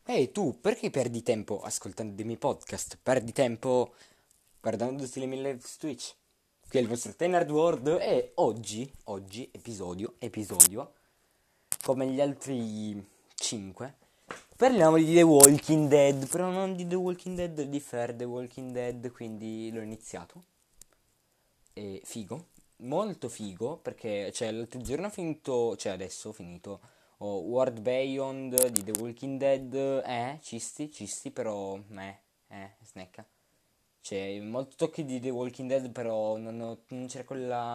Ehi tu, perché perdi tempo ascoltando dei miei podcast? Perdi tempo guardando le mie live su Twitch? Qui è il vostro Tenard World e oggi, episodio, come gli altri 5, parliamo di The Walking Dead, però non di The Walking Dead, di Fear The Walking Dead, quindi l'ho iniziato. E figo, molto figo, perché l'altro giorno ho finito, adesso ho finito World Beyond di The Walking Dead, cisti, però, snecca. C'è molto tocchi di The Walking Dead, però non c'era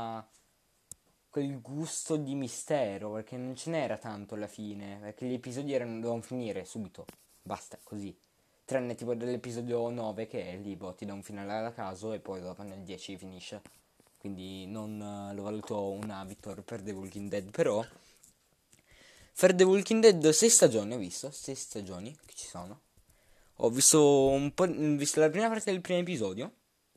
quel gusto di mistero, perché non ce n'era tanto alla fine, perché gli episodi dovevano finire subito, basta, così. Tranne tipo dell'episodio 9 che è lì, boh, ti dà un finale alla caso e poi dopo nel 10 finisce. Quindi non lo valuto una vittoria per The Walking Dead, però per The Walking Dead 6 stagioni ho visto, 6 stagioni che ci sono. Ho visto ho visto la prima parte del primo episodio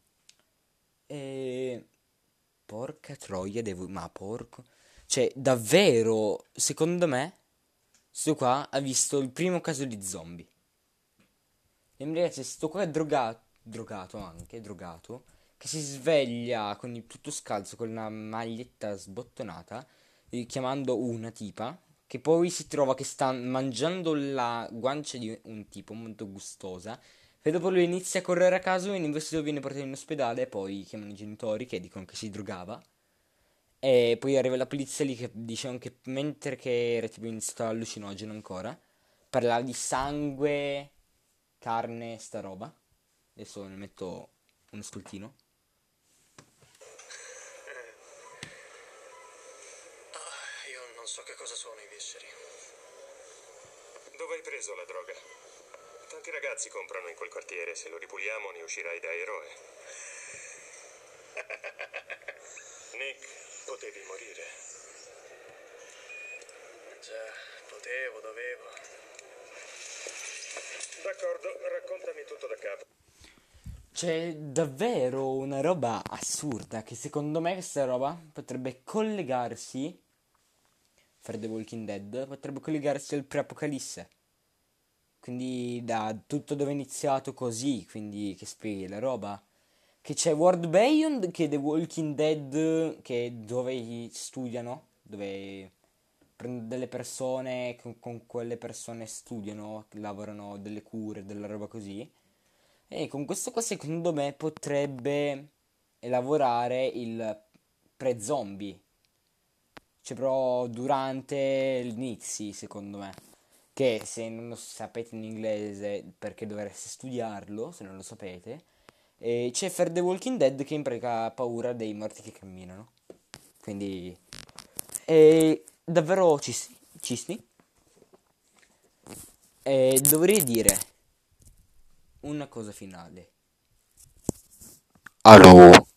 e porca troia, ma porco. Cioè, davvero, secondo me, sto qua ha visto il primo caso di zombie. E mi ragazzi, sto qua è drogato, che si sveglia con il tutto scalzo, con una maglietta sbottonata, chiamando una tipa, che poi si trova che sta mangiando la guancia di un tipo molto gustosa, e dopo lui inizia a correre a caso, e in investito viene portato in ospedale, e poi chiamano i genitori che dicono che si drogava. E poi arriva la polizia lì che dicevano che mentre che era tipo in stato allucinogeno ancora, parlava di sangue, carne, sta roba. Adesso ne metto un ascoltino. Io non so che cosa sono i visceri. Dove hai preso la droga? Tanti ragazzi comprano in quel quartiere. Se lo ripuliamo ne uscirai da eroe. Nick, potevi morire. Già, dovevo. D'accordo, raccontami tutto da capo. C'è davvero una roba assurda che secondo me questa roba potrebbe collegarsi, per The Walking Dead, potrebbe collegarsi al pre-apocalisse. Quindi da tutto dove è iniziato così, quindi che spieghi la roba. Che c'è World Beyond, che è The Walking Dead, che è dove studiano, dove prendono delle persone, con quelle persone studiano, lavorano delle cure, della roba così. E con questo qua secondo me potrebbe lavorare il pre-zombie. Cioè però durante l'inizi, secondo me. Che se non lo sapete in inglese, perché dovreste studiarlo, se non lo sapete. E c'è Fear the Walking Dead che in pratica ha paura dei morti che camminano. Quindi è davvero cisti. E dovrei dire una cosa finale. Allo.